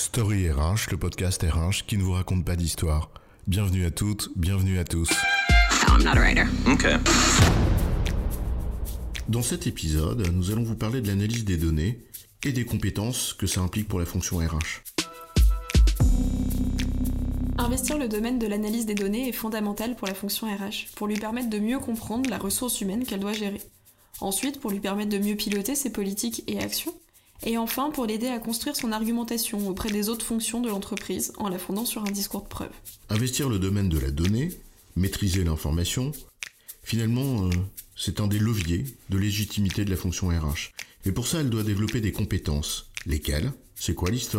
Story RH, le podcast RH qui ne vous raconte pas d'histoire. Bienvenue à toutes, bienvenue à tous. No, I'm not a writer. Okay. Dans cet épisode, nous allons vous parler de l'analyse des données et des compétences que ça implique pour la fonction RH. Investir le domaine de l'analyse des données est fondamental pour la fonction RH, pour lui permettre de mieux comprendre la ressource humaine qu'elle doit gérer. Ensuite, pour lui permettre de mieux piloter ses politiques et actions. Et enfin, pour l'aider à construire son argumentation auprès des autres fonctions de l'entreprise en la fondant sur un discours de preuve. Investir le domaine de la donnée, maîtriser l'information, finalement, c'est un des leviers de légitimité de la fonction RH. Et pour ça, elle doit développer des compétences. Lesquelles ? C'est quoi l'histoire ?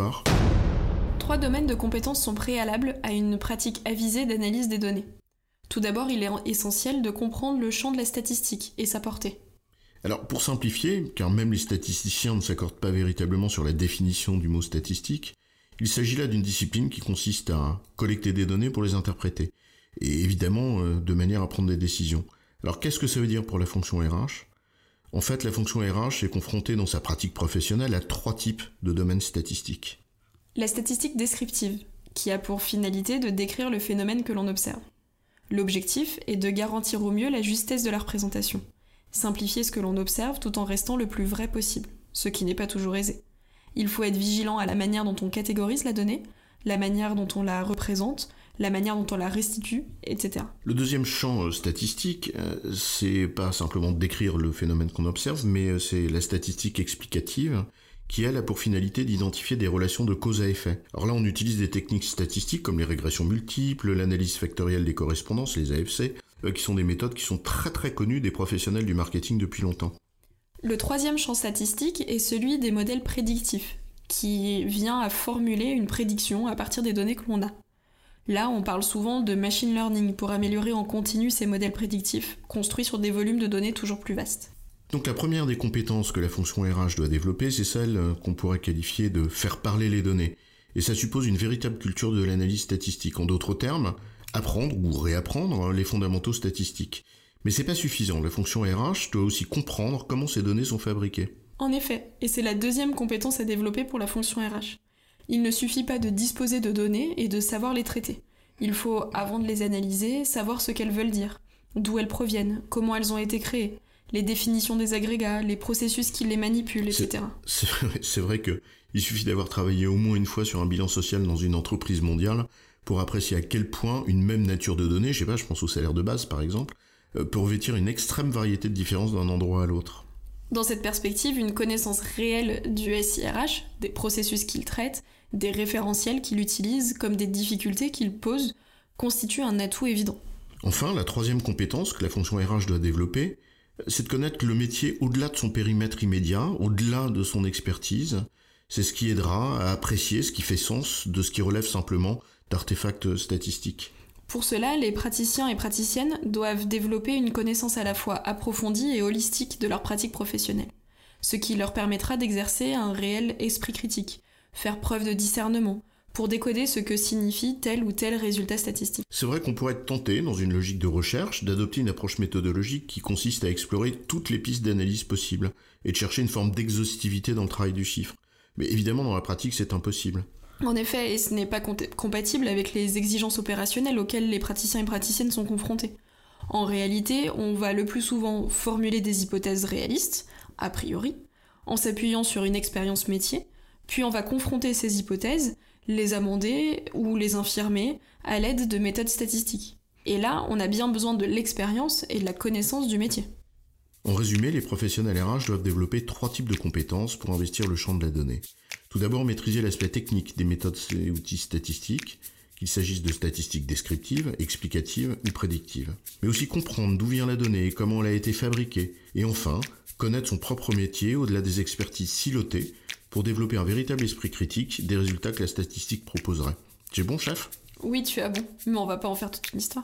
3 domaines de compétences sont préalables à une pratique avisée d'analyse des données. Tout d'abord, il est essentiel de comprendre le champ de la statistique et sa portée. Alors, pour simplifier, car même les statisticiens ne s'accordent pas véritablement sur la définition du mot statistique, il s'agit là d'une discipline qui consiste à collecter des données pour les interpréter, et évidemment de manière à prendre des décisions. Alors, qu'est-ce que ça veut dire pour la fonction RH ? En fait, la fonction RH est confrontée dans sa pratique professionnelle à 3 types de domaines statistiques. La statistique descriptive, qui a pour finalité de décrire le phénomène que l'on observe. L'objectif est de garantir au mieux la justesse de la représentation. Simplifier ce que l'on observe tout en restant le plus vrai possible, ce qui n'est pas toujours aisé. Il faut être vigilant à la manière dont on catégorise la donnée, la manière dont on la représente, la manière dont on la restitue, etc. Le deuxième champ statistique, c'est pas simplement décrire le phénomène qu'on observe, mais c'est la statistique explicative, qui elle a pour finalité d'identifier des relations de cause à effet. Alors là, on utilise des techniques statistiques comme les régressions multiples, l'analyse factorielle des correspondances, les AFC, qui sont des méthodes qui sont très très connues des professionnels du marketing depuis longtemps. Le troisième champ statistique est celui des modèles prédictifs, qui vient à formuler une prédiction à partir des données que l'on a. Là, on parle souvent de machine learning pour améliorer en continu ces modèles prédictifs, construits sur des volumes de données toujours plus vastes. Donc la première des compétences que la fonction RH doit développer, c'est celle qu'on pourrait qualifier de faire parler les données. Et ça suppose une véritable culture de l'analyse statistique. En d'autres termes, apprendre ou réapprendre les fondamentaux statistiques. Mais c'est pas suffisant, la fonction RH doit aussi comprendre comment ces données sont fabriquées. En effet, et c'est la deuxième compétence à développer pour la fonction RH. Il ne suffit pas de disposer de données et de savoir les traiter. Il faut, avant de les analyser, savoir ce qu'elles veulent dire, d'où elles proviennent, comment elles ont été créées, les définitions des agrégats, les processus qui les manipulent, etc. C'est vrai qu'il suffit d'avoir travaillé au moins une fois sur un bilan social dans une entreprise mondiale pour apprécier à quel point une même nature de données, je pense au salaire de base par exemple, peut revêtir une extrême variété de différences d'un endroit à l'autre. Dans cette perspective, une connaissance réelle du SIRH, des processus qu'il traite, des référentiels qu'il utilise, comme des difficultés qu'il pose, constitue un atout évident. Enfin, la troisième compétence que la fonction RH doit développer, c'est de connaître le métier au-delà de son périmètre immédiat, au-delà de son expertise. C'est ce qui aidera à apprécier ce qui fait sens de ce qui relève simplement d'artefacts statistiques. Pour cela, les praticiens et praticiennes doivent développer une connaissance à la fois approfondie et holistique de leur pratique professionnelle, ce qui leur permettra d'exercer un réel esprit critique, faire preuve de discernement, pour décoder ce que signifie tel ou tel résultat statistique. C'est vrai qu'on pourrait être tenté, dans une logique de recherche, d'adopter une approche méthodologique qui consiste à explorer toutes les pistes d'analyse possibles, et de chercher une forme d'exhaustivité dans le travail du chiffre. Mais évidemment, dans la pratique, c'est impossible. En effet, et ce n'est pas compatible avec les exigences opérationnelles auxquelles les praticiens et praticiennes sont confrontés. En réalité, on va le plus souvent formuler des hypothèses réalistes, a priori, en s'appuyant sur une expérience métier, puis on va confronter ces hypothèses, les amender ou les infirmer à l'aide de méthodes statistiques. Et là, on a bien besoin de l'expérience et de la connaissance du métier. En résumé, les professionnels RH doivent développer 3 types de compétences pour investir le champ de la donnée. Tout d'abord, maîtriser l'aspect technique des méthodes et outils statistiques, qu'il s'agisse de statistiques descriptives, explicatives ou prédictives. Mais aussi comprendre d'où vient la donnée et comment elle a été fabriquée. Et enfin, connaître son propre métier au-delà des expertises silotées pour développer un véritable esprit critique des résultats que la statistique proposerait. J'ai bon, chef ? Oui, tu as bon, mais on va pas en faire toute une histoire.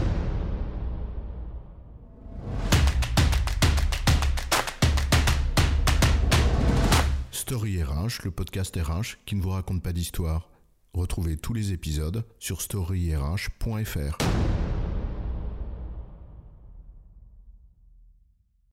Story RH, le podcast RH qui ne vous raconte pas d'histoire. Retrouvez tous les épisodes sur storyrh.fr.